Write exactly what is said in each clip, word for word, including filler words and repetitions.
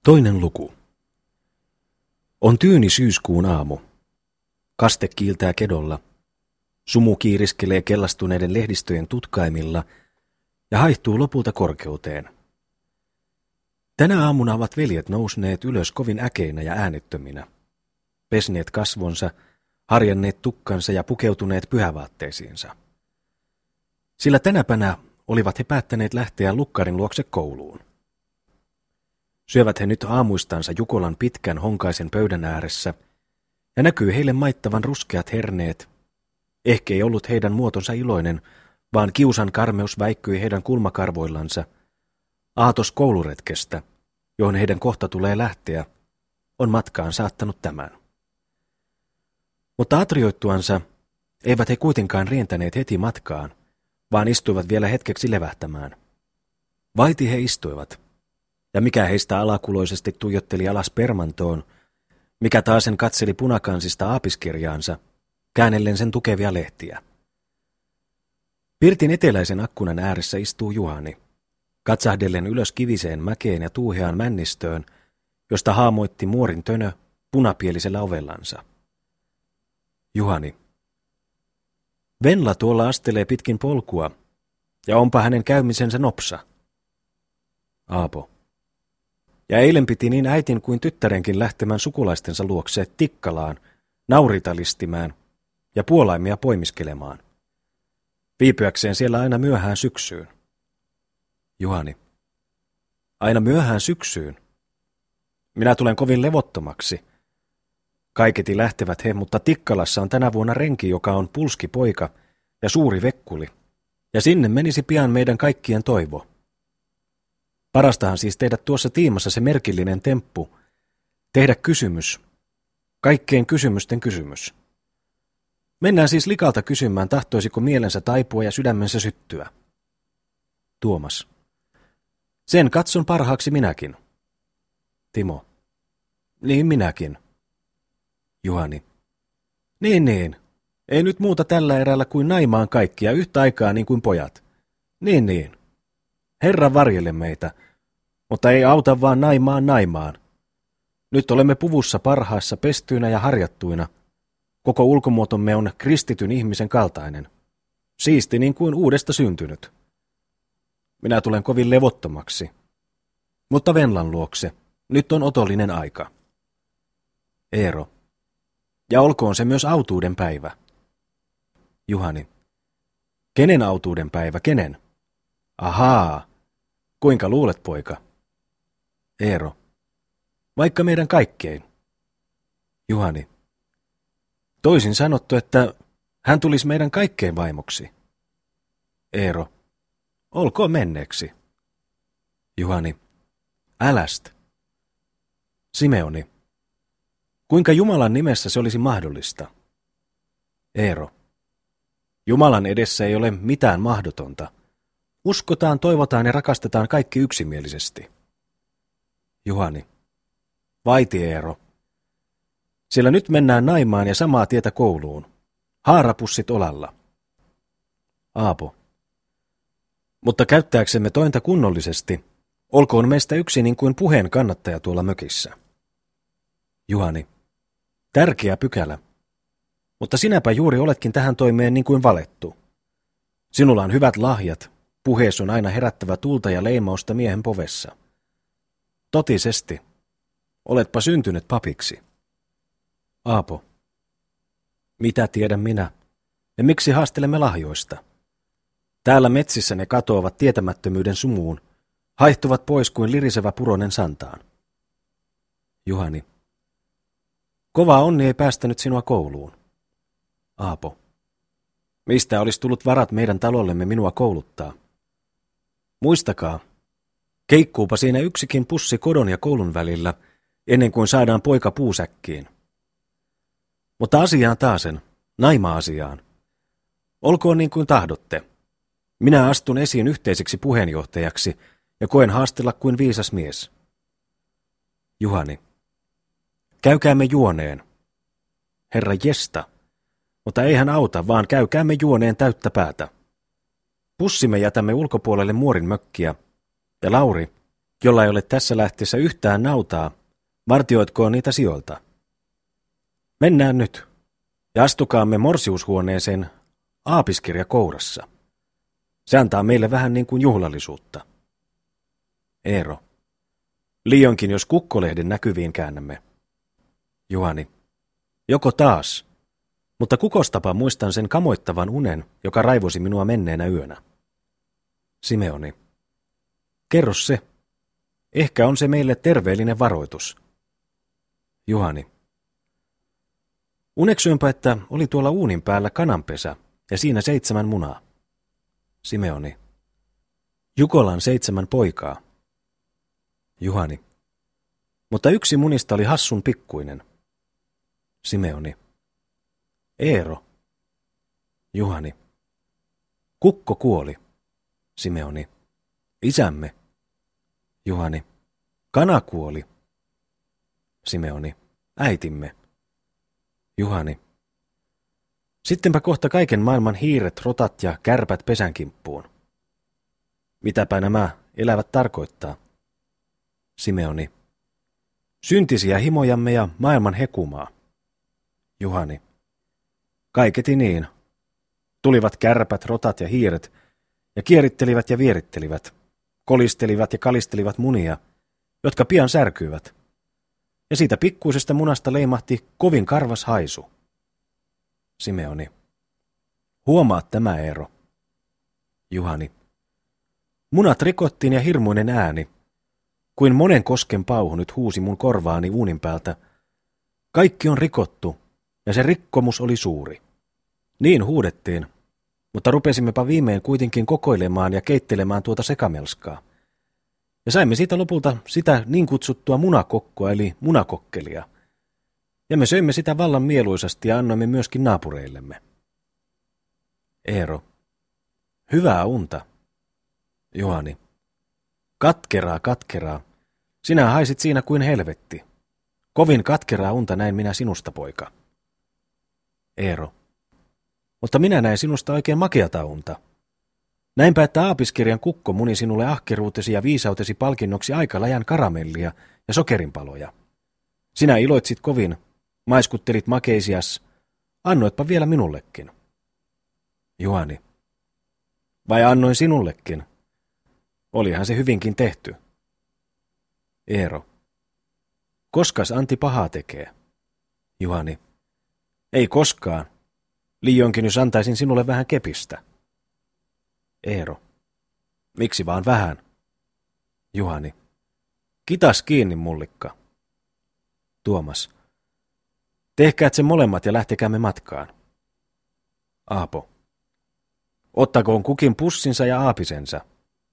Toinen luku. On tyyni syyskuun aamu. Kaste kiiltää kedolla. Sumu kiiriskelee kellastuneiden lehdistöjen tutkaimilla ja haihtuu lopulta korkeuteen. Tänä aamuna ovat veljet nousneet ylös kovin äkeinä ja äänettöminä, pesneet kasvonsa, harjanneet tukkansa ja pukeutuneet pyhävaatteisiinsa. Sillä tänäpänä olivat he päättäneet lähteä lukkarin luokse kouluun. Syövät he nyt aamuistansa Jukolan pitkän honkaisen pöydän ääressä, ja näkyy heille maittavan ruskeat herneet. Ehkä ei ollut heidän muotonsa iloinen, vaan kiusan karmeus väikkyi heidän kulmakarvoillansa. Aatos kouluretkestä, johon heidän kohta tulee lähteä, on matkaan saattanut tämän. Mutta atrioittuansa eivät he kuitenkaan rientäneet heti matkaan, vaan istuivat vielä hetkeksi levähtämään. Vaiti he istuivat, ja mikä heistä alakuloisesti tuijotteli alas permantoon, mikä taasen katseli punakansista aapiskirjaansa, käännellen sen tukevia lehtiä. Pirtin eteläisen akkunan ääressä istuu Juhani, katsahdellen ylös kiviseen mäkeen ja tuuheaan männistöön, josta haamoitti muorin tönö punapielisellä ovellansa. Juhani. Venla tuolla astelee pitkin polkua, ja onpa hänen käymisensä nopsa. Aapo. Ja eilen piti niin äitin kuin tyttärenkin lähtemään sukulaistensa luokse Tikkalaan, nauritalistimään ja puolaimia poimiskelemaan. Viipyäkseen siellä aina myöhään syksyyn. Juhani. Aina myöhään syksyyn. Minä tulen kovin levottomaksi. Kaiketi lähtevät he, mutta Tikkalassa on tänä vuonna renki, joka on pulskipoika ja suuri vekkuli, ja sinne menisi pian meidän kaikkien toivo. Parastahan siis tehdä tuossa tiimassa se merkillinen temppu, tehdä kysymys, kaikkeen kysymysten kysymys. Mennään siis likalta kysymään, tahtoisiko mielensä taipua ja sydämensä syttyä. Tuomas. Sen katson parhaaksi minäkin. Timo. Niin minäkin. Juhani. Niin niin, ei nyt muuta tällä erällä kuin naimaan kaikkia yhtä aikaa niin kuin pojat. Niin niin. Herra varjele meitä, mutta ei auta vaan naimaan naimaan. Nyt olemme puvussa parhaassa pestyinä ja harjattuina. Koko ulkomuotomme on kristityn ihmisen kaltainen. Siisti niin kuin uudesta syntynyt. Minä tulen kovin levottomaksi. Mutta Venlan luokse, nyt on otollinen aika. Eero. Ja olkoon se myös autuuden päivä. Juhani. Kenen autuuden päivä, kenen? Ahaa. Kuinka luulet, poika? Eero. Vaikka meidän kaikkein. Juhani. Toisin sanottu, että hän tulisi meidän kaikkein vaimoksi. Eero. Olkoon menneeksi. Juhani. Äläst. Simeoni. Kuinka Jumalan nimessä se olisi mahdollista? Eero. Jumalan edessä ei ole mitään mahdotonta. Uskotaan, toivotaan ja rakastetaan kaikki yksimielisesti. Juhani. Vaiti Eero. Sillä nyt mennään naimaan ja samaa tietä kouluun. Haarapussit olalla. Aapo. Mutta käyttääksemme tointa kunnollisesti, olkoon meistä yksi niin kuin puheen kannattaja tuolla mökissä. Juhani. Tärkeä pykälä. Mutta sinäpä juuri oletkin tähän toimeen niin kuin valettu. Sinulla on hyvät lahjat, puhees on aina herättävä tulta ja leimausta miehen povessa. Totisesti. Oletpa syntynyt papiksi. Aapo. Mitä tiedän minä? Ja miksi haastelemme lahjoista? Täällä metsissä ne katoavat tietämättömyyden sumuun, haihtuvat pois kuin lirisevä puronen santaan. Juhani. Kova onni ei päästänyt sinua kouluun. Aapo. Mistä olisi tullut varat meidän talollemme minua kouluttaa? Muistakaa, keikkuupa siinä yksikin pussi kodon ja koulun välillä, ennen kuin saadaan poika puusäkkiin. Mutta asiaan taasen, naima-asiaan. Olkoon niin kuin tahdotte. Minä astun esiin yhteiseksi puheenjohtajaksi ja koen haastella kuin viisas mies. Juhani. Käykäämme juoneen. Herra jesta, mutta ei hän auta, vaan käykäämme juoneen täyttä päätä. Pussimme jätämme ulkopuolelle muorin mökkiä, ja Lauri, jolla ei ole tässä lähteessä yhtään nautaa, vartioitkoon niitä sijoilta. Mennään nyt, ja astukaamme morsiushuoneeseen aapiskirja kourassa. Se antaa meille vähän niin kuin juhlallisuutta. Eero. Liionkin, jos kukkolehden näkyviin käännämme. Juhani. Joko taas, mutta kukostapa muistan sen kamoittavan unen, joka raivosi minua menneenä yönä. Simeoni. Kerro se. Ehkä on se meille terveellinen varoitus. Juhani. Uneksyinpä, että oli tuolla uunin päällä kananpesä ja siinä seitsemän munaa. Simeoni. Jukolan seitsemän poikaa. Juhani. Mutta yksi munista oli hassun pikkuinen. Simeoni. Eero. Juhani. Kukko kuoli. Simeoni. Isämme. Juhani. Kana kuoli. Simeoni. Äitimme. Juhani. Sittenpä kohta kaiken maailman hiiret, rotat ja kärpät pesän kimppuun. Mitäpä nämä elävät tarkoittaa? Simeoni. Syntisiä himojamme ja maailman hekumaa. Juhani. Kaiketi niin. Tulivat kärpät, rotat ja hiiret, ja kierittelivät ja vierittelivät, kolistelivat ja kalistelivat munia, jotka pian särkyivät. Ja siitä pikkuisesta munasta leimahti kovin karvas haisu. Simeoni. Huomaat tämä, Eero. Juhani. Munat rikottiin ja hirmuinen ääni, kuin monen kosken pauhu nyt huusi mun korvaani uunin päältä. Kaikki on rikottu, ja se rikkomus oli suuri. Niin huudettiin, mutta rupesimmepa viimein kuitenkin kokoilemaan ja keittelemään tuota sekamelskaa. Ja saimme siitä lopulta sitä niin kutsuttua munakokkoa eli munakokkelia. Ja me söimme sitä vallan mieluisasti ja annoimme myöskin naapureillemme. Eero. Hyvää unta. Juhani. Katkeraa, katkeraa. Sinä haisit siinä kuin helvetti. Kovin katkeraa unta näin minä sinusta, poika. Eero. Mutta minä näin sinusta oikein makeata unta. Näinpä, että aapiskirjan kukko muni sinulle ahkeruutesi ja viisautesi palkinnoksi aikalajan karamellia ja sokerinpaloja. Sinä iloitsit kovin, maiskuttelit makeisias, annoitpa vielä minullekin. Juhani. Vai annoin sinullekin? Olihan se hyvinkin tehty. Eero. Koskas Antti pahaa tekee? Juhani. Ei koskaan. Liionkin jos antaisin sinulle vähän kepistä. Eero. Miksi vaan vähän? Juhani. Kitas kiinni, mullikka. Tuomas. Tehkäät sen molemmat ja lähtekäämme matkaan. Aapo. Ottakoon kukin pussinsa ja aapisensa.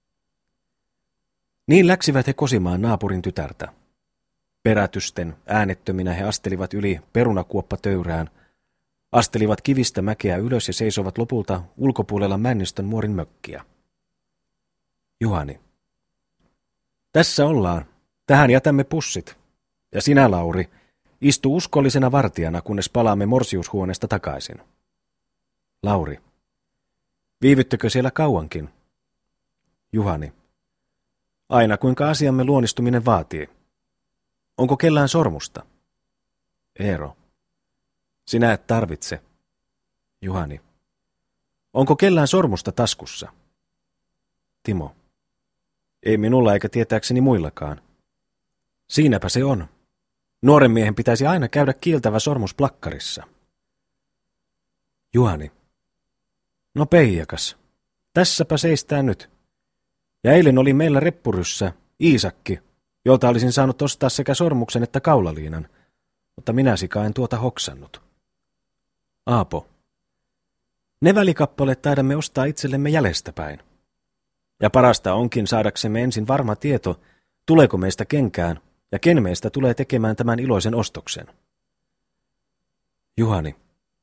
Niin läksivät he kosimaan naapurin tytärtä. Perätysten äänettöminä he astelivat yli perunakuoppatöyrään, astelivat kivistä mäkeä ylös ja seisovat lopulta ulkopuolella Männistön muorin mökkiä. Juhani. Tässä ollaan. Tähän jätämme pussit. Ja sinä, Lauri, istu uskollisena vartijana, kunnes palaamme morsiushuoneesta takaisin. Lauri. Viivyttekö siellä kauankin? Juhani. Aina kuinka asiamme luonnistuminen vaatii. Onko kellään sormusta? Eero. Sinä et tarvitse. Juhani. Onko kellään sormusta taskussa? Timo. Ei minulla eikä tietääkseni muillakaan. Siinäpä se on. Nuoren miehen pitäisi aina käydä kiiltävä sormus plakkarissa. Juhani. No peijakas, tässäpä seistää nyt. Ja eilen oli meillä reppuryssä Iisakki, jolta olisin saanut ostaa sekä sormuksen että kaulaliinan, mutta minä sika en tuota hoksannut. Aapo. Ne välikappaleet taidamme ostaa itsellemme jäljestäpäin. Ja parasta onkin saadaksemme ensin varma tieto, tuleeko meistä kenkään ja ken meistä tulee tekemään tämän iloisen ostoksen. Juhani.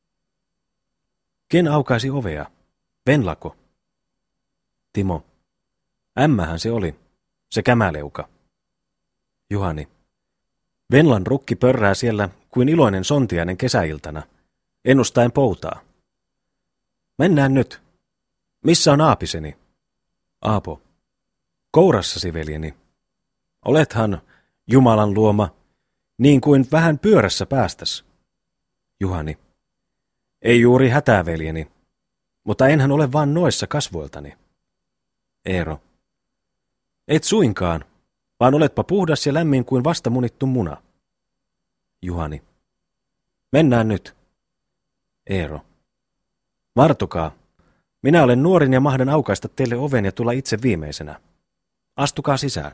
Ken aukaisi ovea? Venlako? Timo. Ämmähän se oli, se kämäleuka. Juhani. Venlan rukki pörrää siellä kuin iloinen sontiainen kesäiltana, ennustaen poutaa. Mennään nyt. Missä on aapiseni? Aapo. Kourassasi, veljeni. Olethan, Jumalan luoma, niin kuin vähän pyörässä päästäs. Juhani. Ei juuri hätää, veljeni, mutta enhän ole vaan noissa kasvoiltani. Eero. Et suinkaan, vaan oletpa puhdas ja lämmin kuin vasta munittu muna. Juhani. Mennään nyt. Eero. Vartokaa. Minä olen nuorin ja mahdan aukaista teille oven ja tulla itse viimeisenä. Astukaa sisään.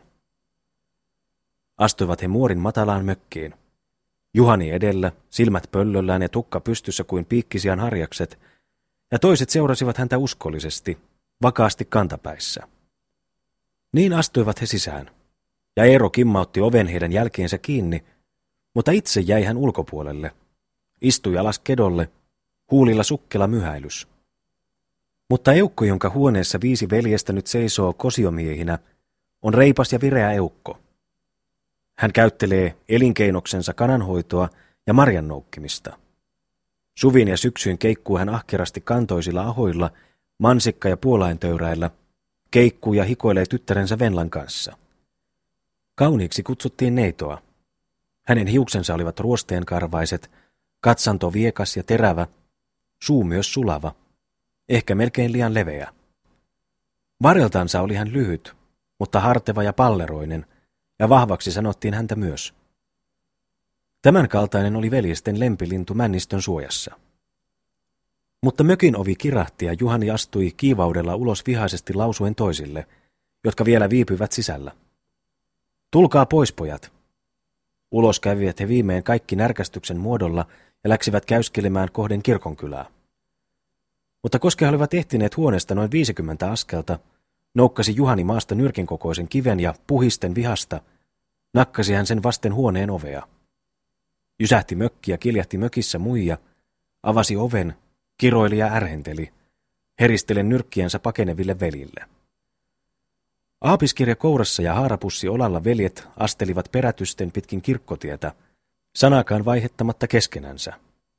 Astuivat he muorin matalaan mökkiin. Juhani edellä, silmät pöllöllään ja tukka pystyssä kuin piikkisian harjakset, ja toiset seurasivat häntä uskollisesti, vakaasti kantapäissä. Niin astuivat he sisään, ja Eero kimmautti oven heidän jälkeensä kiinni, mutta itse jäi hän ulkopuolelle. Istui alas kedolle, huulilla sukkela myhäilys. Mutta eukko, jonka huoneessa viisi veljestä nyt seisoo kosiomiehinä, on reipas ja vireä eukko. Hän käyttelee elinkeinoksensa kananhoitoa ja marjan noukkimista. Suvin ja syksyin keikkuu hän ahkerasti kantoisilla ahoilla, mansikka- ja puolaintöyräillä, keikkuu ja hikoilee tyttärensä Venlan kanssa. Kauniiksi kutsuttiin neitoa. Hänen hiuksensa olivat ruosteenkarvaiset, katsanto viekas ja terävä, suu myös sulava, ehkä melkein liian leveä. Vareltansa oli hän lyhyt, mutta harteva ja palleroinen, ja vahvaksi sanottiin häntä myös. Tämän kaltainen oli veljesten lempilintu männistön suojassa. Mutta mökin ovi kirahti ja Juhani astui kiivaudella ulos vihaisesti lausuen toisille, jotka vielä viipyivät sisällä. Tulkaa pois, pojat. Ulos kävivät he viimein kaikki närkästyksen muodolla ja läksivät käyskelemään kohden kirkonkylää. Mutta koska he olivat ehtineet huoneesta noin viisikymmentä askelta, noukkasi Juhani maasta nyrkin kokoisen kiven ja puhisten vihasta, nakkasi hän sen vasten huoneen ovea. Jysähti mökki ja kiljahti mökissä muija, avasi oven, kiroili ja ärhenteli, heristellen nyrkkiensä pakeneville veljille. Aapiskirja kourassa ja haarapussi olalla veljet astelivat perätysten pitkin kirkkotietä, sanakaan vaihettamatta keskenänsä.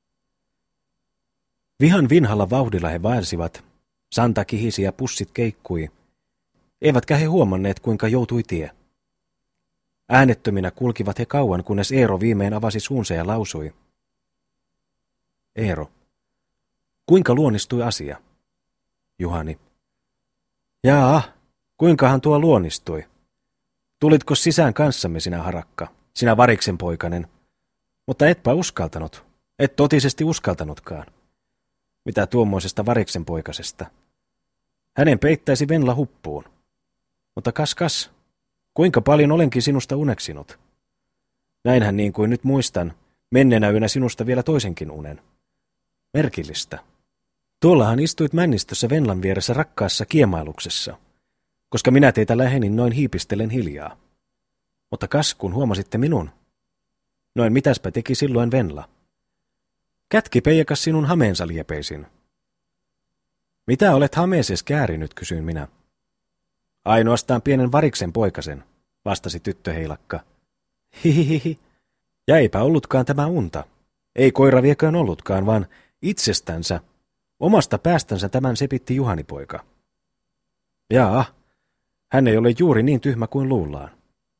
Vihan vinhalla vauhdilla he vaelsivat, santa kihisi ja pussit keikkui, eivätkä he huomanneet, kuinka joutui tie. Äänettöminä kulkivat he kauan, kunnes Eero viimein avasi suunsa ja lausui. Eero. Kuinka luonnistui asia? Juhani. Jaa, kuinkahan tuo luonnistui? Tulitko sisään kanssamme, sinä harakka, sinä variksen poikanen? Mutta etpä uskaltanut, et totisesti uskaltanutkaan. Mitä tuommoisesta variksen poikasesta? Hänen peittäisi Venla huppuun. Mutta kas kas, kuinka paljon olenkin sinusta uneksinut? Näinhän niin kuin nyt muistan, menneenä yönä sinusta vielä toisenkin unen. Merkillistä. Tuollahan istuit männistössä Venlan vieressä rakkaassa kiemailuksessa, koska minä teitä lähenin noin hiipistellen hiljaa. Mutta kas, kun huomasitte minun. Noin mitäspä teki silloin Venla? Kätki peijakas sinun hameensa liepeisin. Mitä olet hameeses käärinyt, kysyin minä. Ainoastaan pienen variksen poikasen, vastasi tyttö heilakka. Hihihihi. Ja eipä ollutkaan tämä unta. Ei koira vieköön ollutkaan, vaan itsestänsä, omasta päästänsä tämän sepitti Juhani-poika. Jaa, hän ei ole juuri niin tyhmä kuin luullaan.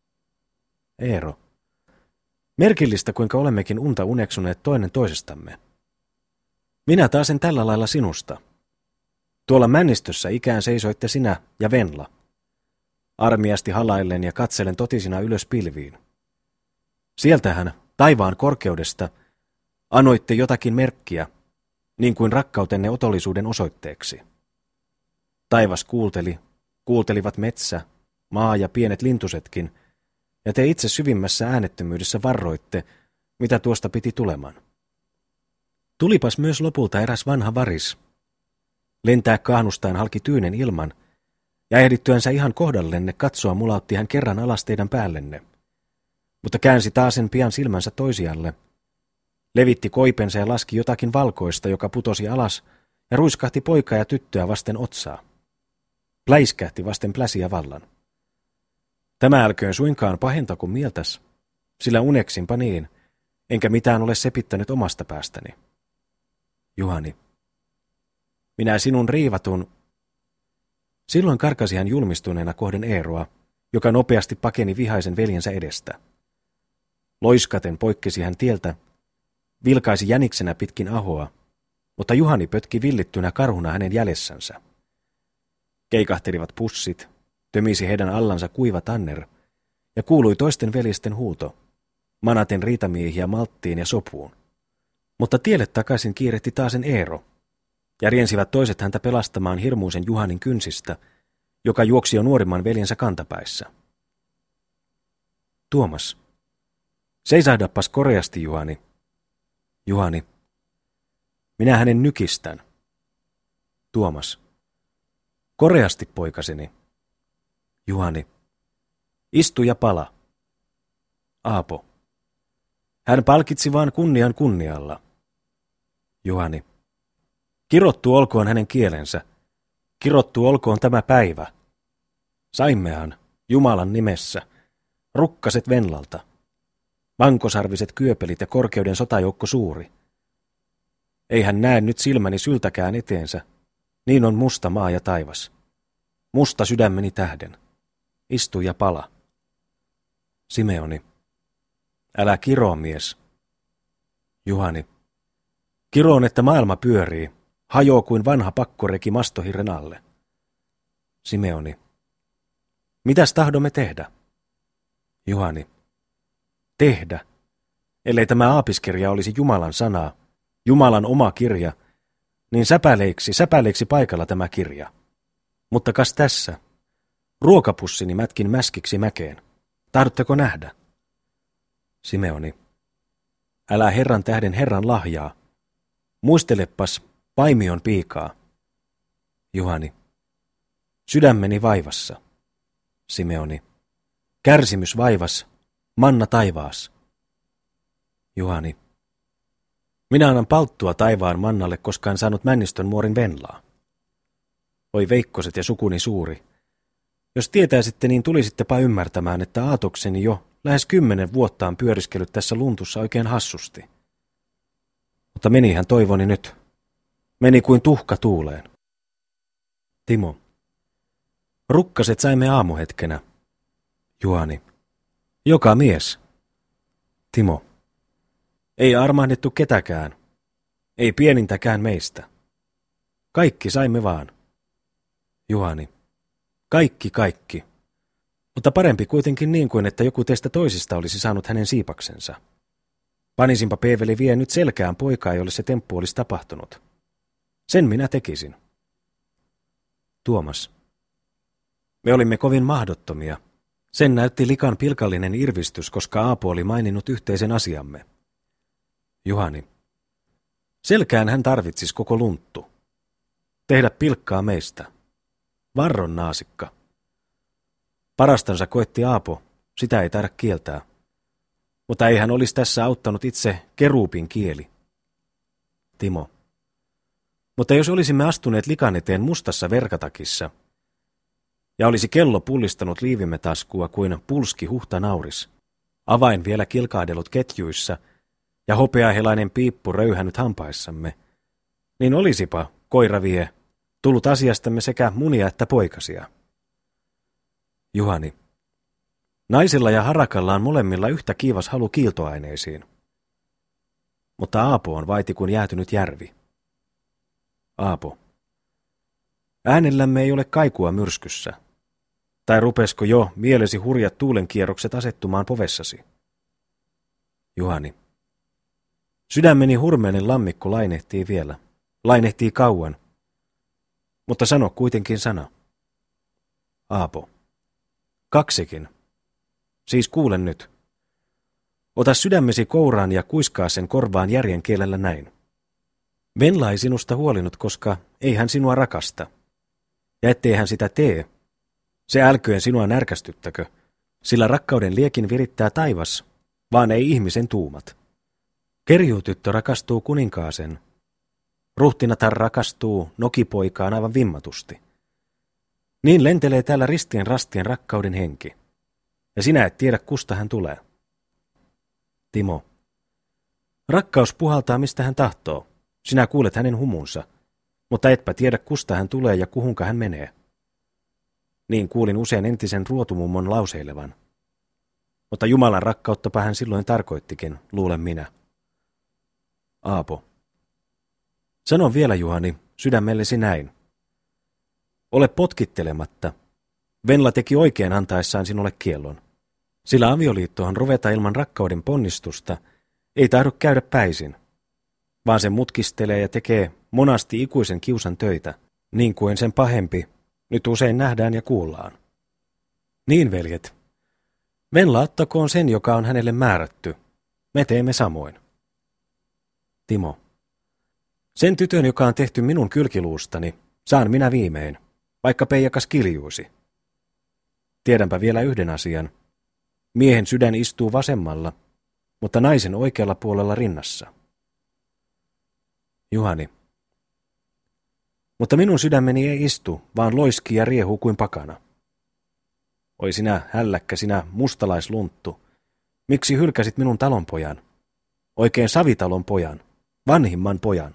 Eero. Merkillistä, kuinka olemmekin unta uneksuneet toinen toisestamme. Minä taasen tällä lailla sinusta. Tuolla männistössä ikään seisoitte sinä ja Venla. Armiasti halaillen ja katselen totisina ylös pilviin. Sieltähän, taivaan korkeudesta, anoitte jotakin merkkiä, niin kuin rakkautenne otollisuuden osoitteeksi. Taivas kuulteli, kuultelivat metsä, maa ja pienet lintusetkin, ja te itse syvimmässä äänettömyydessä varroitte, mitä tuosta piti tuleman. Tulipas myös lopulta eräs vanha varis. Lentää kahnustaan halki tyynen ilman, ja ehdittyänsä ihan kohdallenne katsoa mulautti hän kerran alas teidän päällenne. Mutta käänsi taasen pian silmänsä toisialle, levitti koipensa ja laski jotakin valkoista, joka putosi alas, ja ruiskahti poikaa ja tyttöä vasten otsaa. Pläiskähti vasten pläsiä vallan. Tämä älköön suinkaan pahentako mieltäs, sillä uneksinpa niin, enkä mitään ole sepittänyt omasta päästäni. Juhani. Minä sinun riivatun. Silloin karkasi hän julmistuneena kohden Eeroa, joka nopeasti pakeni vihaisen veljensä edestä. Loiskaten poikkesi hän tieltä, vilkaisi jäniksenä pitkin ahoa, mutta Juhani pötki villittynä karhuna hänen jäljessänsä. Keikahtelivat pussit, tömisi heidän allansa kuiva tanner, ja kuului toisten veljesten huuto, manaten riitamiehiä malttiin ja sopuun. Mutta tielle takaisin kiirehti taasen Eero, ja riensivät toiset häntä pelastamaan hirmuisen Juhanin kynsistä, joka juoksi jo nuorimman veljensä kantapäissä. Tuomas. Seisahdappas koreasti, Juhani. Juhani. Minä hänen nykistän. Tuomas. Koreasti, poikaseni. Juhani. Istu ja pala. Aapo. Hän palkitsi vaan kunnian kunnialla. Juhani. Kirottu olkoon hänen kielensä. Kirottu olkoon tämä päivä. Saimmehan, Jumalan nimessä, rukkaset Venlalta. Vankosarviset kyöpelit ja korkeuden sotajoukko suuri. Ei hän näe nyt silmäni syltäkään eteensä. Niin on musta maa ja taivas. Musta sydämeni tähden. Istu ja pala. Simeoni. Älä kiroa, mies. Juhani. Kiroon, että maailma pyörii. Hajoo kuin vanha pakkoreki mastohirren alle. Simeoni. Mitäs tahdomme tehdä? Juhani. Tehdä. Ellei tämä aapiskirja olisi Jumalan sanaa, Jumalan oma kirja, niin säpäleiksi, säpäleiksi paikalla tämä kirja. Mutta kas tässä. Ruokapussini mätkin mäskiksi mäkeen. Tahdotteko nähdä? Simeoni. Älä Herran tähden Herran lahjaa. Muistelepas paimion piikaa. Juhani. Sydämeni vaivassa. Simeoni. Kärsimys vaivas, manna taivaas. Juhani. Minä annan palttua taivaan mannalle, koska en saanut Männistön muorin Venlaa. Oi veikkoset ja sukuni suuri. Jos tietäisitte, niin tulisittepa ymmärtämään, että aatokseni jo lähes kymmenen vuotta on pyöriskellyt tässä luntussa oikein hassusti. Mutta menihän toivoni nyt. Meni kuin tuhka tuuleen. Timo. Rukkaset saimme aamuhetkenä. Juhani. Joka mies. Timo. Ei armahdettu ketäkään. Ei pienintäkään meistä. Kaikki saimme vaan. Juhani. Kaikki, kaikki. Mutta parempi kuitenkin niin kuin, että joku teistä toisista olisi saanut hänen siipaksensa. Panisinpa Peeveli vie nyt selkään poikaa, jolle se temppu olisi tapahtunut. Sen minä tekisin. Tuomas. Me olimme kovin mahdottomia. Sen näytti likan pilkallinen irvistys, koska Aapo oli maininnut yhteisen asiamme. Juhani. Selkään hän tarvitsis koko lunttu. Tehdä pilkkaa meistä. Varron naasikka. Parastansa koetti Aapo, sitä ei taida kieltää. Mutta ei hän olisi tässä auttanut itse keruupin kieli. Timo. Mutta jos olisimme astuneet likan eteen mustassa verkatakissa, ja olisi kello pullistanut liivimme taskua kuin pulski huhta nauris, avain vielä kilkaadellut ketjuissa ja hopeahelainen piippu röyhännyt hampaissamme, niin olisipa, koira vie, tullut asiastamme sekä munia että poikasia. Juhani. Naisilla ja harakalla on molemmilla yhtä kiivas halu kiiltoaineisiin. Mutta Aapo on vaiti kuin jäätynyt järvi. Aapo. Äänellämme ei ole kaikua myrskyssä. Tai rupesko jo mielesi hurjat tuulenkierrokset asettumaan povessasi? Juhani. Sydämeni hurmeinen lammikko lainehtii vielä. Lainehtii kauan. Mutta sano kuitenkin sana. Aapo. Kaksikin. Siis kuulen nyt. Ota sydämesi kouraan ja kuiskaa sen korvaan järjen kielellä näin. Venla ei sinusta huolinut, koska ei hän sinua rakasta. Ja ettei hän sitä tee, se älköön sinua närkästyttäkö, sillä rakkauden liekin virittää taivas, vaan ei ihmisen tuumat. Kerjuutyttö rakastuu kuninkaaseen. Ruhtinatar rakastuu nokipoikaan aivan vimmatusti. Niin lentelee täällä ristien rastien rakkauden henki. Ja sinä et tiedä, kusta hän tulee. Timo. Rakkaus puhaltaa, mistä hän tahtoo. Sinä kuulet hänen humunsa, mutta etpä tiedä, kusta hän tulee ja kuhunka hän menee. Niin kuulin usein entisen ruotumummon lauseilevan. Mutta Jumalan rakkauttapa hän silloin tarkoittikin, luulen minä. Aapo. Sanon vielä, Juhani, sydämellesi näin. Ole potkittelematta. Venla teki oikein antaessaan sinulle kiellon. Sillä avioliittohan ruveta ilman rakkauden ponnistusta ei tahdo käydä päisin, vaan se mutkistelee ja tekee monasti ikuisen kiusan töitä, niin kuin sen pahempi nyt usein nähdään ja kuullaan. Niin, veljet, Venla ottakoon sen, joka on hänelle määrätty. Me teemme samoin. Timo. Sen tytön, joka on tehty minun kylkiluustani, saan minä viimein, vaikka peijakas kiljuisi. Tiedänpä vielä yhden asian. Miehen sydän istuu vasemmalla, mutta naisen oikealla puolella rinnassa. Juhani. Mutta minun sydämeni ei istu, vaan loiskii ja riehuu kuin pakana. Oi sinä hälläkkä, sinä mustalaislunttu, miksi hylkäsit minun talonpojan, oikein savitalon pojan, vanhimman pojan?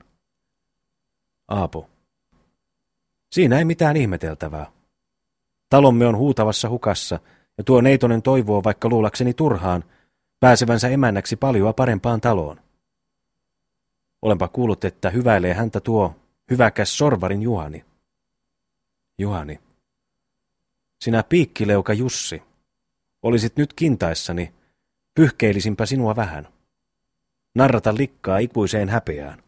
Aapo. Siinä ei mitään ihmeteltävää. Talomme on huutavassa hukassa, ja tuo neitonen toivoo vaikka luulakseni turhaan, pääsevänsä emännäksi paljoa parempaan taloon. Olenpa kuullut, että hyväilee häntä tuo hyväkäs sorvarin Juhani. Juhani. Sinä piikkileuka Jussi, olisit nyt kintaissani, pyyhkeilisimpä sinua vähän. Narrata likkaa ikuiseen häpeään.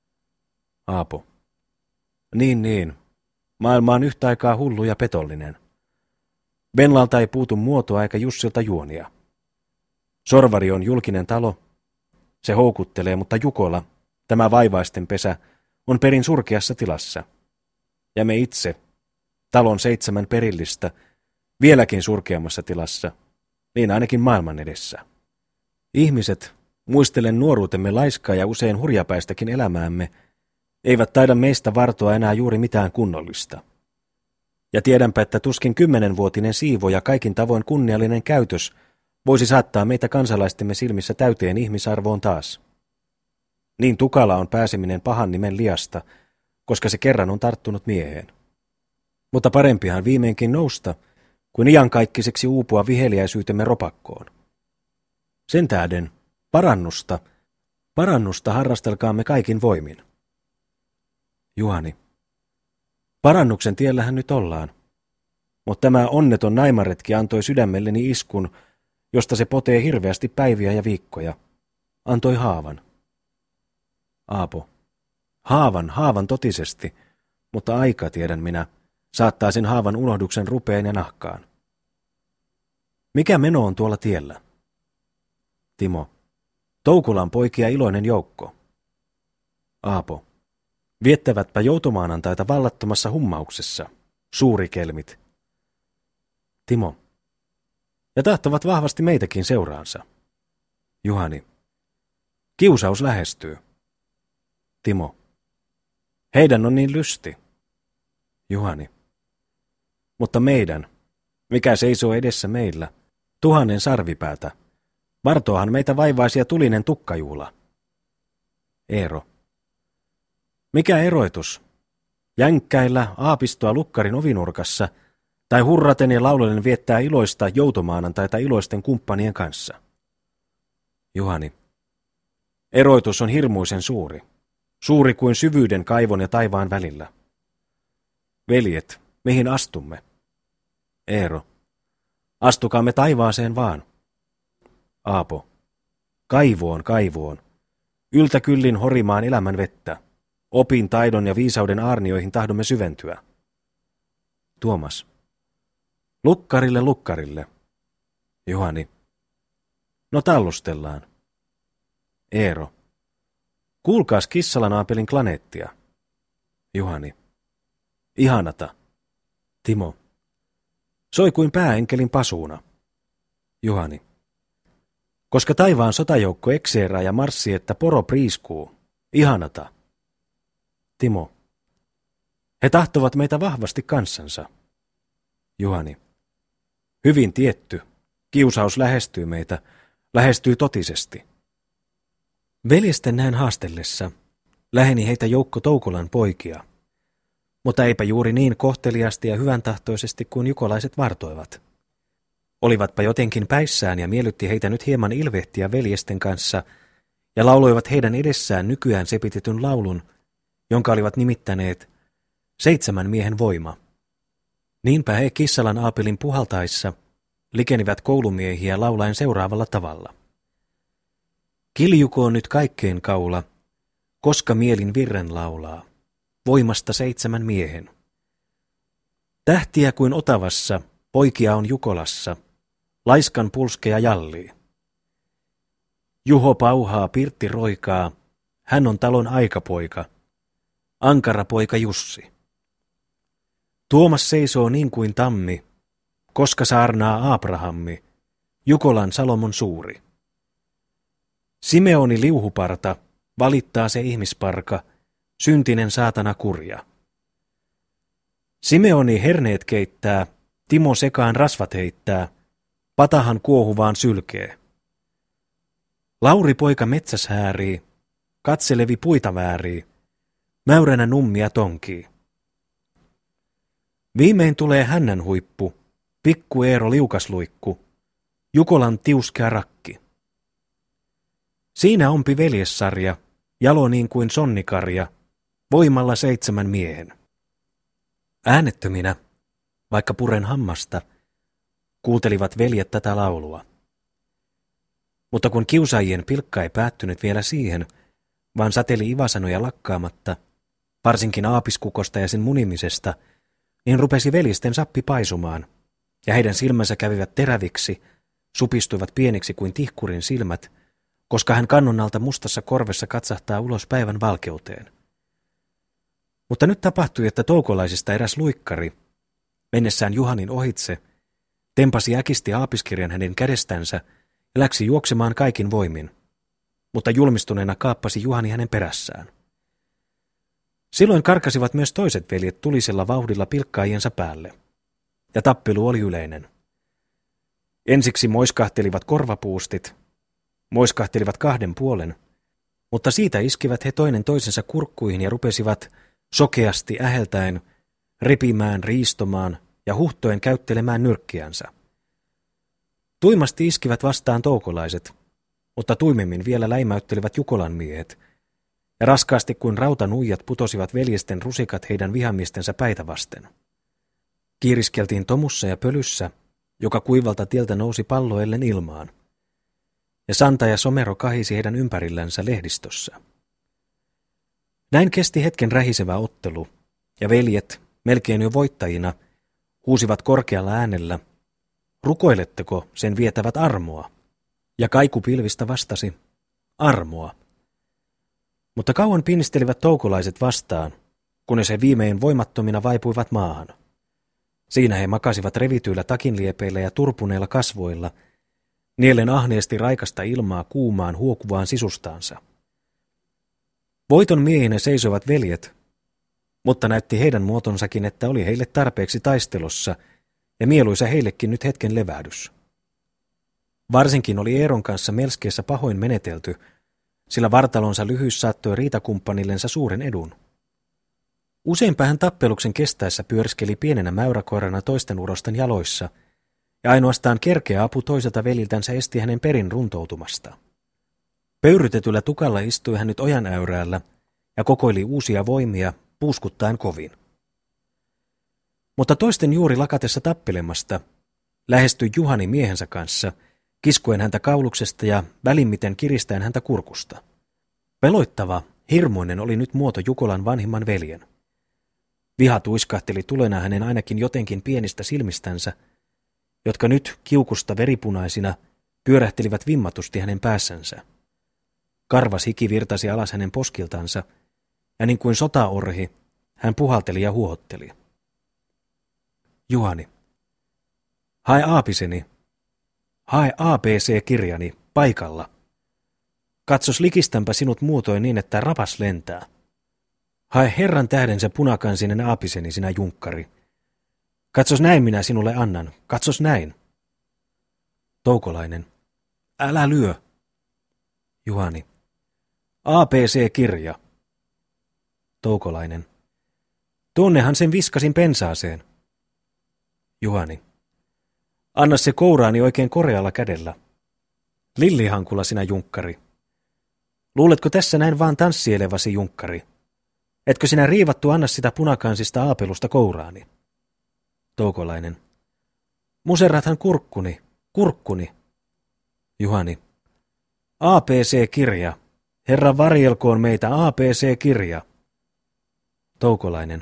Aapo. Niin, niin. Maailma on yhtä aikaa hullu ja petollinen. Venlalta ei puutu muotoa eikä Jussilta juonia. Sorvari on julkinen talo. Se houkuttelee, mutta Jukola, tämä vaivaisten pesä, on perin surkeassa tilassa. Ja me itse, talon seitsemän perillistä, vieläkin surkeammassa tilassa, niin ainakin maailman edessä. Ihmiset, muistelen nuoruutemme laiskaa ja usein hurjapäistäkin elämäämme, eivät taida meistä vartoa enää juuri mitään kunnollista. Ja tiedänpä, että tuskin kymmenenvuotinen siivo ja kaikin tavoin kunniallinen käytös voisi saattaa meitä kansalaistemme silmissä täyteen ihmisarvoon taas. Niin tukala on pääseminen pahan nimen liasta, koska se kerran on tarttunut mieheen. Mutta parempihan viimeinkin nousta, kuin iankaikkiseksi uupua viheliäisyytemme ropakkoon. Sen tähden, parannusta, parannusta harrastelkaamme kaikin voimin. Juhani. Parannuksen tiellähän nyt ollaan, mutta tämä onneton naimaretki antoi sydämelleni iskun, josta se potee hirveästi päiviä ja viikkoja. Antoi haavan. Aapo. Haavan, haavan totisesti, mutta aika, tiedän minä, saattaa sen haavan unohduksen rupeen ja nahkaan. Mikä meno on tuolla tiellä? Timo. Toukulan poikia iloinen joukko. Aapo. Viettävätpä joutomaanantaita vallattomassa hummauksessa, suurikelmit. Timo. Ja tahtovat vahvasti meitäkin seuraansa. Juhani. Kiusaus lähestyy. Timo. Heidän on niin lysti. Juhani. Mutta meidän, mikä seisoo edessä meillä, tuhannen sarvipäätä, vartoahan meitä vaivaisia tulinen tukkajuula. Eero. Mikä eroitus? Jänkkäillä aapistoa lukkarin ovinurkassa, tai hurraten ja laulellen viettää iloista joutomaanantaita iloisten kumppanien kanssa. Juhani. Eroitus on hirmuisen suuri, suuri kuin syvyyden kaivon ja taivaan välillä. Veljet, mihin astumme? Eero. Astukaamme taivaaseen vaan. Aapo. Kaivoon, kaivoon. Yltäkyllin horimaan elämän vettä. Opin, taidon ja viisauden aarnioihin tahdomme syventyä. Tuomas. Lukkarille, lukkarille. Juhani. No tallustellaan. Eero. Kuulkaas Kissala-Naapelin planeettia. Juhani. Ihanata. Timo. Soi kuin pääenkelin pasuuna. Juhani. Koska taivaan sotajoukko ekseeraa ja marssi, että poro priiskuu. Ihanata. Timo. He tahtovat meitä vahvasti kanssansa. Juhani. Hyvin tietty. Kiusaus lähestyy meitä, lähestyy totisesti. Veljesten näin haastellessa läheni heitä joukko Toukolan poikia. Mutta eipä juuri niin kohteliasti ja hyväntahtoisesti kuin jukolaiset vartoivat. Olivatpa jotenkin päissään ja miellytti heitä nyt hieman ilvehtiä veljesten kanssa ja lauloivat heidän edessään nykyään sepitetyn laulun, jonka olivat nimittäneet Seitsemän miehen voima. Niinpä he Kissalan aapelin puhaltaessa likenivät koulumiehiä laulaen seuraavalla tavalla. Kiljukoon nyt kaikkeen kaula, koska mielin virren laulaa, voimasta seitsemän miehen. Tähtiä kuin Otavassa, poikia on Jukolassa, laiskan pulskeja jallii. Juho pauhaa, Pirtti roikaa, hän on talon aikapoika, ankara poika Jussi. Tuomas seisoo niin kuin tammi, koska saarnaa Abrahammi, Jukolan Salomon suuri. Simeoni liuhuparta, valittaa se ihmisparka, syntinen saatana kurja. Simeoni herneet keittää, Timo sekaan rasvat heittää, patahan kuohuvaan sylkee. Lauri poika metsäs häärii, katselevi puita väärii, mäyränä nummia tonkii. Viimein tulee hännän huippu, pikku Eero liukasluikku, Jukolan tiuskea rakki. Siinä onpi veljessarja, jalo niin kuin sonnikarja, voimalla seitsemän miehen. Äänettöminä, vaikka puren hammasta, kuuntelivat veljet tätä laulua. Mutta kun kiusaajien pilkka ei päättynyt vielä siihen, vaan sateli ivasanoja lakkaamatta, varsinkin aapiskukosta ja sen munimisesta, niin rupesi velisten sappi paisumaan, ja heidän silmänsä kävivät teräviksi, supistuivat pieniksi kuin tihkurin silmät, koska hän kannonalta mustassa korvessa katsahtaa ulos päivän valkeuteen. Mutta nyt tapahtui, että toukolaisista eräs luikkari, mennessään Juhanin ohitse, tempasi äkisti aapiskirjan hänen kädestänsä ja läksi juoksemaan kaikin voimin, mutta julmistuneena kaappasi Juhani hänen perässään. Silloin karkasivat myös toiset veljet tulisella vauhdilla pilkkaajiensa päälle, ja tappelu oli yleinen. Ensiksi moiskahtelivat korvapuustit, moiskahtelivat kahden puolen, mutta siitä iskivät he toinen toisensa kurkkuihin ja rupesivat sokeasti äheltäen ripimään, riistomaan ja huhtoen käyttelemään nyrkkiänsä. Tuimasti iskivät vastaan toukolaiset, mutta tuimemmin vielä läimäyttelivät Jukolan miehet, ja raskaasti kuin rautanuijat putosivat veljesten rusikat heidän vihamiestensä päitä vasten. Kiiriskeltiin tomussa ja pölyssä, joka kuivalta tieltä nousi palloellen ilmaan, ja Santa ja Somero kahisi heidän ympärillänsä lehdistössä. Näin kesti hetken rähisevä ottelu, ja veljet, melkein jo voittajina, huusivat korkealla äänellä, rukoiletteko sen vietävät armoa? Ja kaiku pilvistä vastasi, armoa. Mutta kauan pinistelivät toukolaiset vastaan, kunnes he viimein voimattomina vaipuivat maahan. Siinä he makasivat revityillä takinliepeillä ja turpuneilla kasvoilla, niellen ahneesti raikasta ilmaa kuumaan huokuvaan sisustaansa. Voiton miehinä seisoivat veljet, mutta näytti heidän muotonsakin, että oli heille tarpeeksi taistelussa, ja mieluisa heillekin nyt hetken levähdys. Varsinkin oli Eeron kanssa Melskeessä pahoin menetelty, sillä vartalonsa lyhyys saattoi riitakumppanillensa suuren edun. Useinpä hän tappeluksen kestäessä pyörskeli pienenä mäyräkoirana toisten urosten jaloissa, ja ainoastaan kerkeä apu toiselta veliltänsä esti hänen perin runtoutumasta. Pöyrytetyllä tukalla istui hän nyt ojan äyräällä ja kokoili uusia voimia puuskuttaen kovin. Mutta toisten juuri lakatessa tappelemasta lähestyi Juhani miehensä kanssa, kiskoen häntä kauluksesta ja välimmiten kiristäen häntä kurkusta. Peloittava, hirmuinen oli nyt muoto Jukolan vanhimman veljen. Viha tuiskahteli tulena hänen ainakin jotenkin pienistä silmistänsä, jotka nyt kiukusta veripunaisina pyörähtelivät vimmatusti hänen päässänsä. Karvas hiki virtasi alas hänen poskiltansa, ja niin kuin sotaorhi, hän puhalteli ja huohotteli. Juhani, hae aapiseni, hae A B C-kirjani paikalla. Katsos likistänpä sinut muutoin niin, että rapas lentää. Hae Herran tähden se punakansinen aapiseni, sinä junkkari. Katsos näin minä sinulle annan, katsos näin. Toukolainen, älä lyö. Juhani, A B C-kirja. Toukolainen, Tuonnehan sen viskasin pensaaseen. Juhani. Anna se kouraani oikein korealla kädellä. Lillihankulla sinä junkkari. Luuletko tässä näin vaan tanssielevasi junkkari? Etkö sinä riivattu anna sitä punakansista aapelusta kouraani? Toukolainen. Muserrathan kurkkuni, kurkkuni. Juhani. A P C-kirja. Herra varjelkoon meitä A P C-kirja. Toukolainen.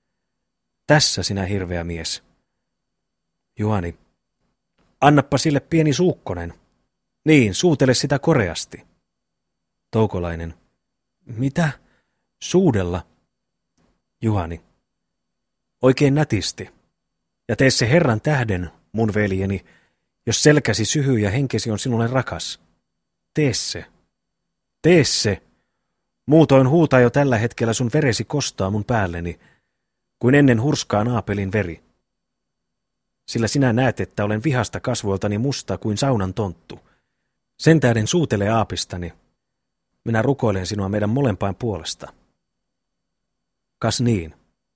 Tässä sinä hirveä mies. Juhani. Annappa sille pieni suukkonen. Niin, suutele sitä koreasti. Toukolainen. Mitä? Suudella? Juhani. Oikein nätisti. Ja tee se Herran tähden, mun veljeni, jos selkäsi syhyy ja henkesi on sinulle rakas. Tee se. Tee se. Muutoin huutaa jo tällä hetkellä sun veresi kostaa mun päälleni, kuin ennen hurskaa naapelin veri. Sillä sinä näet, että olen vihasta kasvoiltani musta kuin saunan tonttu. Sen tähden suutele aapistani. Minä rukoilen sinua meidän molempain puolesta. Kas niin.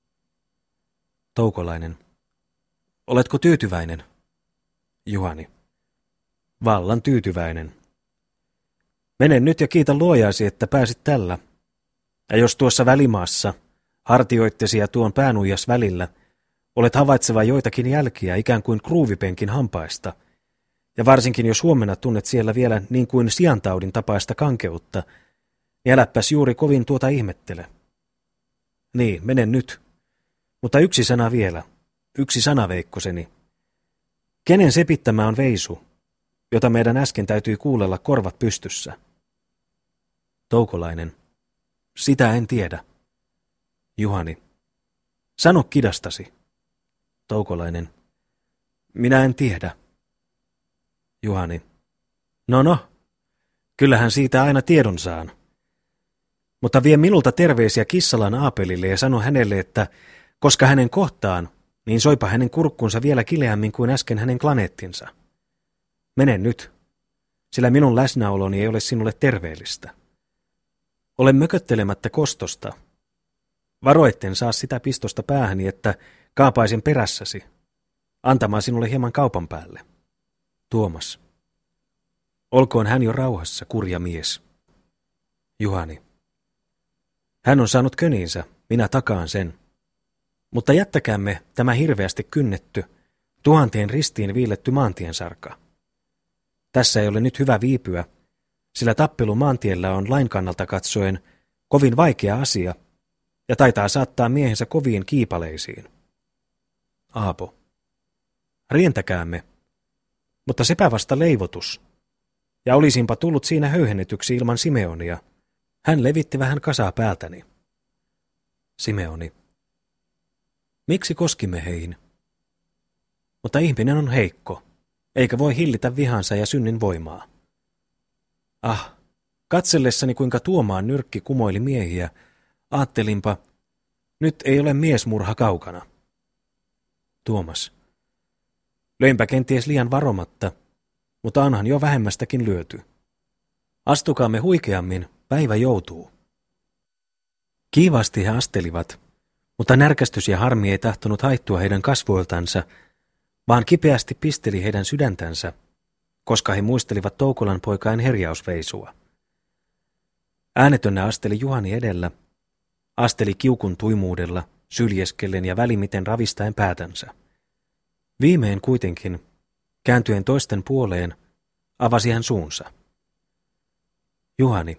Toukolainen. Oletko tyytyväinen? Juhani. Vallan tyytyväinen. Mene nyt ja kiitä luojaasi, että pääsit tällä. Ja jos tuossa välimaassa, hartioittesi ja tuon päänuijas välillä, olet havaitseva joitakin jälkiä ikään kuin kruuvipenkin hampaista, ja varsinkin jos huomenna tunnet siellä vielä niin kuin siantaudin tapaista kankeutta, niin äläppäs juuri kovin tuota ihmettele. Niin, mene nyt. Mutta yksi sana vielä, yksi sana, veikkoseni. Kenen sepittämä on veisu, jota meidän äsken täytyi kuulella korvat pystyssä? Toukolainen. Sitä en tiedä. Juhani. Sano kidastasi. Toukolainen. Minä en tiedä. Juhani. No no, kyllähän siitä aina tiedon saan. Mutta vie minulta terveisiä Kissalan Aapelille ja sano hänelle, että koska hänen kohtaan, niin soipa hänen kurkkunsa vielä kileämmin kuin äsken hänen klaneettinsa. Mene nyt, sillä minun läsnäoloni ei ole sinulle terveellistä. Ole mököttelemättä kostosta. Varoitten saa sitä pistosta päähäni, että kaapaisin perässäsi, antamaan sinulle hieman kaupan päälle. Tuomas. Olkoon hän jo rauhassa, kurja mies. Juhani. Hän on saanut köniinsä, minä takaan sen. Mutta jättäkäämme tämä hirveästi kynnetty, tuhanteen ristiin viiletty maantiensarka. Tässä ei ole nyt hyvä viipyä, sillä tappelu maantiellä on lain kannalta katsoen kovin vaikea asia ja taitaa saattaa miehensä koviin kiipaleisiin. Aapo. Rientäkäämme, mutta sepä vasta leivotus. Ja olisinpa tullut siinä höyhennetyksi ilman Simeonia. Hän levitti vähän kasaa päältäni. Simeoni. Miksi koskimme heihin? Mutta ihminen on heikko, eikä voi hillitä vihansa ja synnin voimaa. Ah, katsellessani kuinka Tuomaan nyrkki kumoili miehiä, aattelinpa, nyt ei ole miesmurha kaukana. Tuomas. Löinpä kenties liian varomatta, mutta onhan jo vähemmästäkin lyöty. Astukaamme huikeammin, päivä joutuu. Kiivaasti he astelivat, mutta närkästys ja harmi ei tahtonut haittua heidän kasvoiltansa, vaan kipeästi pisteli heidän sydäntänsä, koska he muistelivat Toukolan poikain herjausveisua. Äänetönnä asteli Juhani edellä, asteli kiukun tuimuudella, syljeskellen ja välimiten ravistaen päätänsä. Viimein kuitenkin, kääntyen toisten puoleen, avasi hän suunsa. Juhani.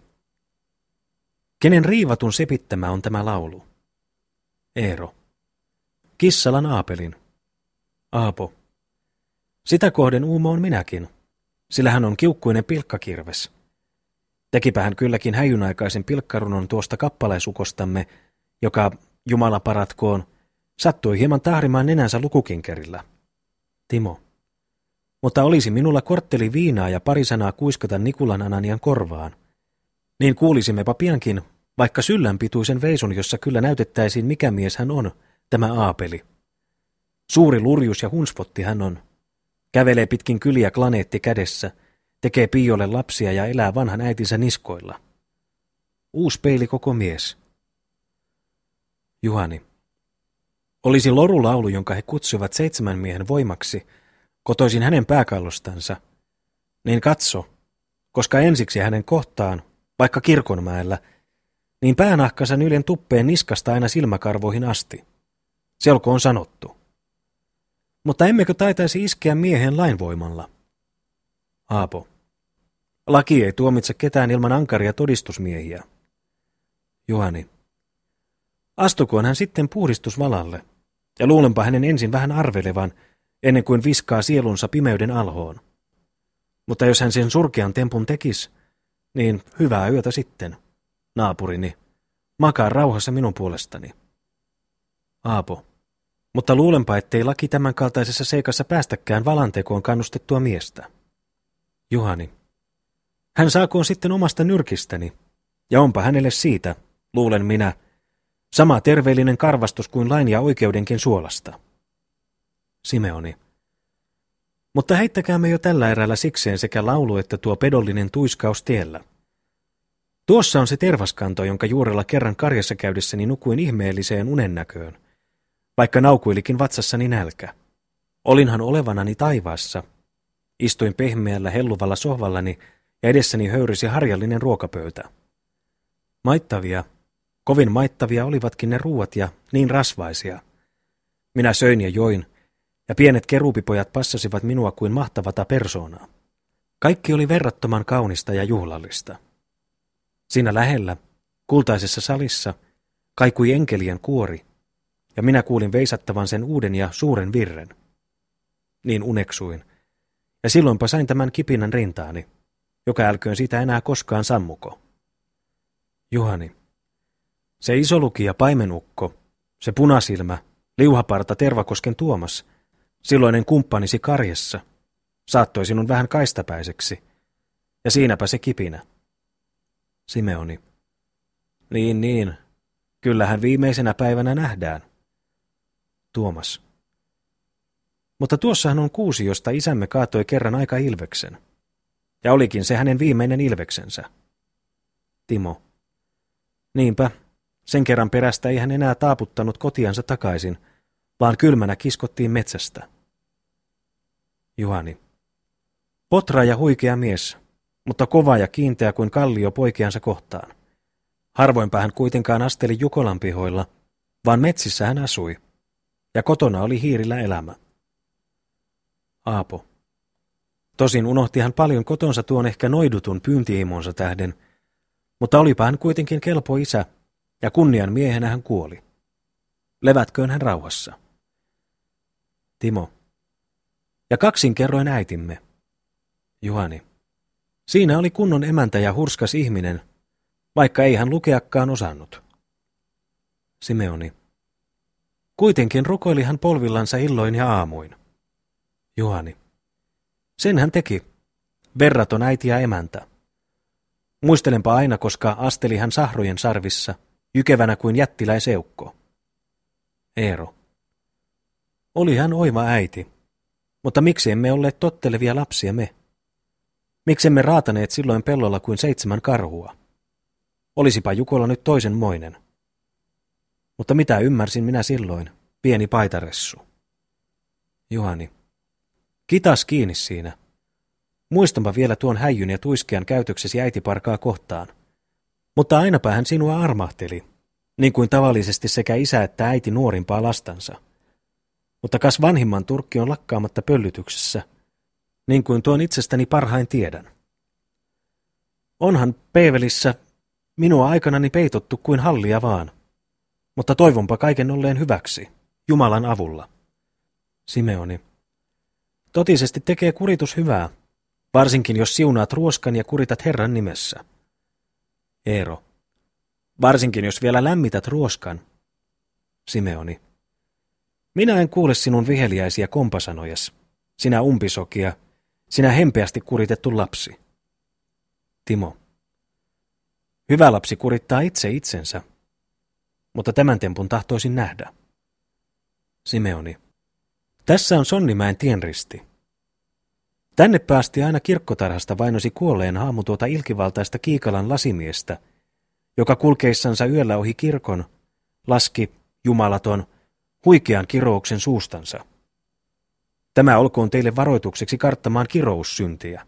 Kenen riivatun sepittämä on tämä laulu? Eero. Kissalan Aapelin. Aapo. Sitä kohden uumoon minäkin, sillä hän on kiukkuinen pilkkakirves. Tekipä hän kylläkin häijynaikaisen pilkkarunon tuosta kappaleisukostamme, joka, Jumala paratkoon, sattui hieman tahrimaan nenänsä lukukinkerillä. Timo. Mutta olisi minulla kortteli viinaa ja pari sanaa kuiskata Nikulan Ananian korvaan, niin kuulisimmepa piankin vaikka syllän pituisen veisun, jossa kyllä näytettäisiin mikä mies hän on, tämä Aapeli. Suuri lurjus ja hunspotti hän on. Kävelee pitkin kyliä klaneetti kädessä, tekee piiolle lapsia ja elää vanhan äitinsä niskoilla. Uus peili koko mies. Juhani. olisi lorulaulu, jonka he kutsuivat seitsemän miehen voimaksi, kotoisin hänen pääkallostansa, niin katso, koska ensiksi hänen kohtaan, vaikka Kirkonmäellä, niin päänahkansa ylen tuppeen niskasta aina silmäkarvoihin asti. Se olkoon sanottu. Mutta emmekö taitaisi iskeä miehen lainvoimalla? Aapo. Laki ei tuomitse ketään ilman ankaria todistusmiehiä. Juhani. Astukoon hän sitten puhdistusvalalle, ja luulenpa hänen ensin vähän arvelevan, ennen kuin viskaa sielunsa pimeyden alhoon. Mutta jos hän sen surkean tempun tekis, niin hyvää yötä sitten, naapurini, makaa rauhassa minun puolestani. Aapo. Mutta luulenpa, ettei laki tämän kaltaisessa seikassa päästäkään valantekoon kannustettua miestä. Juhani. Hän saakoon sitten omasta nyrkistäni, ja onpa hänelle siitä, luulen minä, sama terveellinen karvastus kuin lain ja oikeudenkin suolasta. Simeoni. Mutta heittäkäämme jo tällä erällä sikseen sekä laulu että tuo pedollinen tuiskaus tiellä. Tuossa on se tervaskanto, jonka juurella kerran karjassa käydessäni nukuin ihmeelliseen unennäköön, vaikka naukuilikin vatsassani nälkä. Olinhan olevanani taivaassa. Istuin pehmeällä helluvalla sohvallani ja edessäni höyrisi harjallinen ruokapöytä. Maittavia, kovin maittavia olivatkin ne ruuat ja niin rasvaisia. Minä söin ja join, ja pienet keruupipojat passasivat minua kuin mahtavata persoonaa. Kaikki oli verrattoman kaunista ja juhlallista. Siinä lähellä, kultaisessa salissa, kaikui enkelien kuori, ja minä kuulin veisattavan sen uuden ja suuren virren. Niin uneksuin, ja silloinpa sain tämän kipinän rintaani, joka älköön sitä enää koskaan sammuko. Juhani. Se isolukija paimenukko, se punasilmä, liuhaparta Tervakosken Tuomas, silloinen kumppanisi karjessa, saattoi sinun vähän kaistapäiseksi, ja siinäpä se kipinä. Simeoni. Niin, niin, kyllähän viimeisenä päivänä nähdään. Tuomas. Mutta tuossahan on kuusi, josta isämme kaatoi kerran aika ilveksen. Ja olikin se hänen viimeinen ilveksensä. Timo. Niinpä, sen kerran perästä ei hän enää taaputtanut kotiansa takaisin, vaan kylmänä kiskottiin metsästä. Juhani. Potra ja huikea mies, mutta kova ja kiinteä kuin kallio poikiansa kohtaan. Harvoinpä hän kuitenkaan asteli Jukolan pihoilla, vaan metsissä hän asui, ja kotona oli hiirillä elämä. Aapo. Tosin unohti hän paljon kotonsa tuon ehkä noidutun pyyntiimonsa tähden, mutta olipa hän kuitenkin kelpo isä, ja kunnian miehenä hän kuoli. Levätköön hän rauhassa. Timo. Ja kaksin kerroin äitimme. Juhani. Siinä oli kunnon emäntä ja hurskas ihminen, vaikka ei hän lukeakaan osannut. Simeoni. Kuitenkin rukoili hän polvillansa illoin ja aamuin. Juhani. Sen hän teki. Verraton äiti ja emäntä. Muistelenpa aina, koska asteli hän sahrojen sarvissa, jykevänä kuin jättiläiseukko. Eero. Oli hän oiva äiti, mutta miksi emme olleet tottelevia lapsia me? Miksemme raataneet silloin pellolla kuin seitsemän karhua? Olisipa Jukola nyt toisenmoinen. Mutta mitä ymmärsin minä silloin, pieni paitaressu? Juhani. Kitas kiinni siinä. Muistanpa vielä tuon häijyn ja tuiskean käytöksesi äitiparkaa kohtaan. Mutta ainapa hän sinua armahteli, niin kuin tavallisesti sekä isä että äiti nuorimpaa lastansa. Mutta kas vanhimman turkki on lakkaamatta pöllytyksessä, niin kuin tuon itsestäni parhain tiedän. Onhan Peevelissä minua aikanani peitottu kuin hallia vaan, mutta toivonpa kaiken olleen hyväksi, Jumalan avulla. Simeoni. Totisesti tekee kuritus hyvää, varsinkin jos siunaat ruoskan ja kuritat Herran nimessä. Eero. Varsinkin jos vielä lämmität ruoskan. Simeoni. Minä en kuule sinun viheliäisiä kompasanojas, sinä umpisokia, sinä hempeästi kuritettu lapsi. Timo. Hyvä lapsi kurittaa itse itsensä, mutta tämän tempun tahtoisin nähdä. Simeoni. Tässä on Sonnimäen tienristi. Tänne päästi aina kirkkotarhasta vainosi kuolleen haamu tuota ilkivaltaista Kiikalan lasimiestä, joka kulkeissansa yöllä ohi kirkon, laski, jumalaton, huikean kirouksen suustansa. Tämä olkoon teille varoitukseksi karttamaan kiroussyntiä.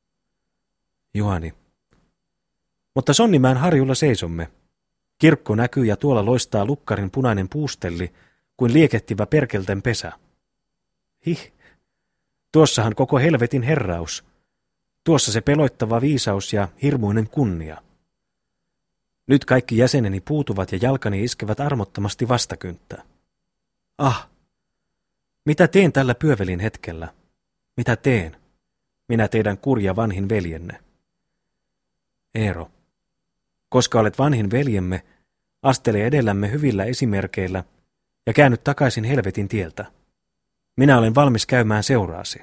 Juhani. Mutta Sonnimäen harjulla seisomme. Kirkko näkyy ja tuolla loistaa lukkarin punainen puustelli kuin liekehtivä perkelten pesä. Hih, tuossahan koko helvetin herraus. Tuossa se peloittava viisaus ja hirmuinen kunnia. Nyt kaikki jäseneni puutuvat ja jalkani iskevät armottomasti vastakynttää. Ah, mitä teen tällä pyövelin hetkellä? Mitä teen? Minä teidän kurja vanhin veljenne. Eero, koska olet vanhin veljemme, astele edellämme hyvillä esimerkeillä ja käännyt takaisin helvetin tieltä. Minä olen valmis käymään seuraasi.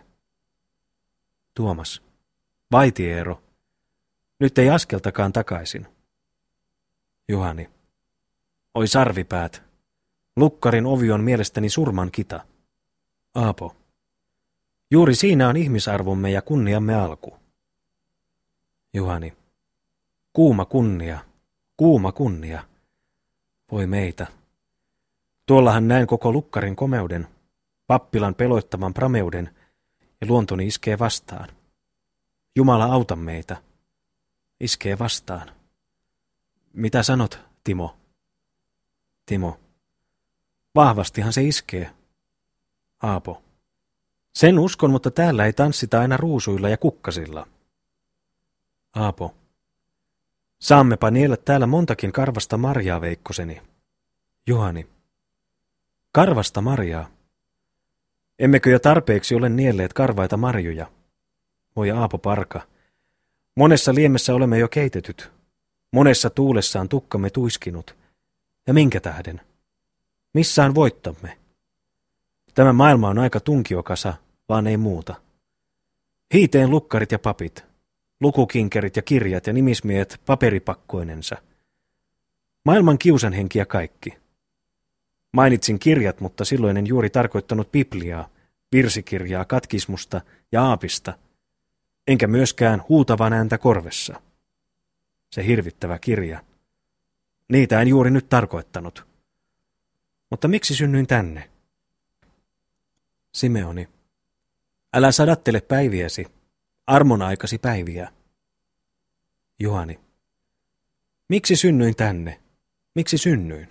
Tuomas, vaiti Eero, nyt ei askeltakaan takaisin. Juhani, oi sarvipäät, lukkarin ovi on mielestäni surman kita. Aapo, juuri siinä on ihmisarvomme ja kunniamme alku. Juhani, kuuma kunnia, kuuma kunnia. Voi meitä. Tuollahan näen koko lukkarin komeuden, pappilan peloittavan prameuden, ja luontoni iskee vastaan. Jumala auta meitä. Iskee vastaan. Mitä sanot, Timo? Timo. Vahvastihan se iskee. Aapo. Sen uskon, mutta täällä ei tanssita aina ruusuilla ja kukkasilla. Aapo. Saammepa niellä täällä montakin karvasta marjaa, veikkoseni. Juhani. Karvasta marjaa. Emmekö jo tarpeeksi ole nielleet karvaita marjoja? Voi Aapo parka. Monessa liemessä olemme jo keitetyt. Monessa tuulessaan tukkamme tuiskinut. Ja minkä tähden? Missä on voittamme? Tämä maailma on aika tunkiokasa, vaan ei muuta. Hiiteen lukkarit ja papit, lukukinkerit ja kirjat ja nimismiehet paperipakkoinensa. Maailman kiusanhenkiä kaikki. Mainitsin kirjat, mutta silloin en juuri tarkoittanut Bibliaa, virsikirjaa, katkismusta ja aapista, enkä myöskään huutavan ääntä korvessa. Se hirvittävä kirja. Niitä en juuri nyt tarkoittanut. Mutta miksi synnyin tänne? Simeoni, älä sadattele päiviäsi, armon aikasi päiviä. Juhani, miksi synnyin tänne? Miksi synnyin?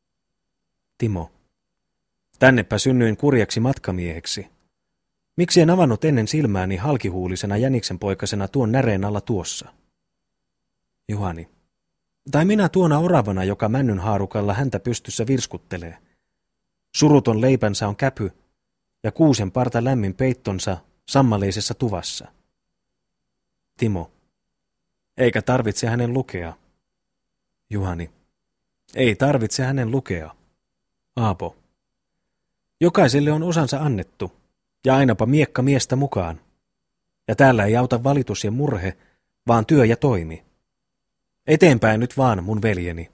Timo, tännepä synnyin kurjaksi matkamieheksi. Miksi en avannut ennen silmääni halkihuulisena jäniksenpoikasena tuon näreen alla tuossa? Juhani, tai minä tuona oravana, joka männyn haarukalla häntä pystyssä virskuttelee. Suruton leipänsä on käpy, ja kuusen parta lämmin peittonsa sammaleisessa tuvassa. Timo, eikä tarvitse hänen lukea. Juhani, ei tarvitse hänen lukea. Aapo, jokaiselle on osansa annettu, ja ainapa miekka miestä mukaan. Ja täällä ei auta valitus ja murhe, vaan työ ja toimi. Eteenpäin nyt vaan, mun veljeni.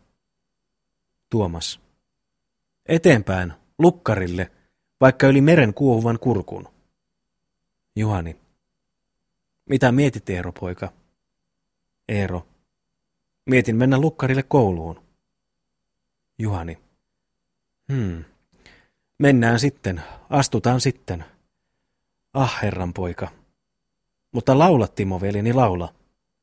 Tuomas, eteenpäin, lukkarille, vaikka yli meren kuohuvan kurkun. Juhani, mitä mietit, Eero, poika? Eero, mietin mennä lukkarille kouluun. Juhani, hmm, mennään sitten, astutaan sitten. Ah, herran poika. Mutta laula, Timo, veljeni, laula.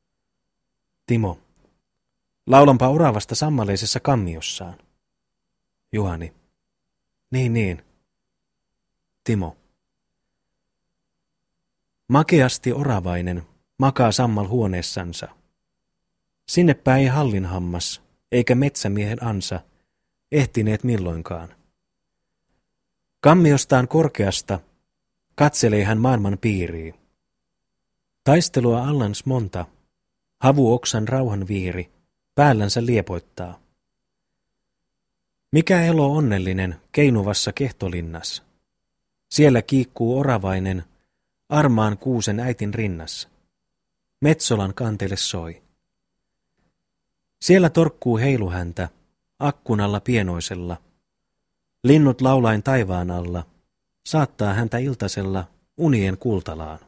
Timo, laulanpa oravasta sammaleisessa kammiossaan. Juhani, niin niin. Timo. Makeasti oravainen makaa sammal huoneessansa. Sinnepä ei hallin hammas, eikä metsämiehen ansa, ehtineet milloinkaan. Kammiostaan korkeasta katselee hän maailman piiriin. Taistelua allans monta, havuoksan rauhan viiri, päällänsä liepoittaa. Mikä elo onnellinen keinuvassa kehtolinnas. Siellä kiikkuu oravainen, armaan kuusen äitin rinnas. Metsolan kantele soi. Siellä torkkuu heiluhäntä, akkunalla pienoisella. Linnut laulain taivaan alla, saattaa häntä iltasella unien kultalaan.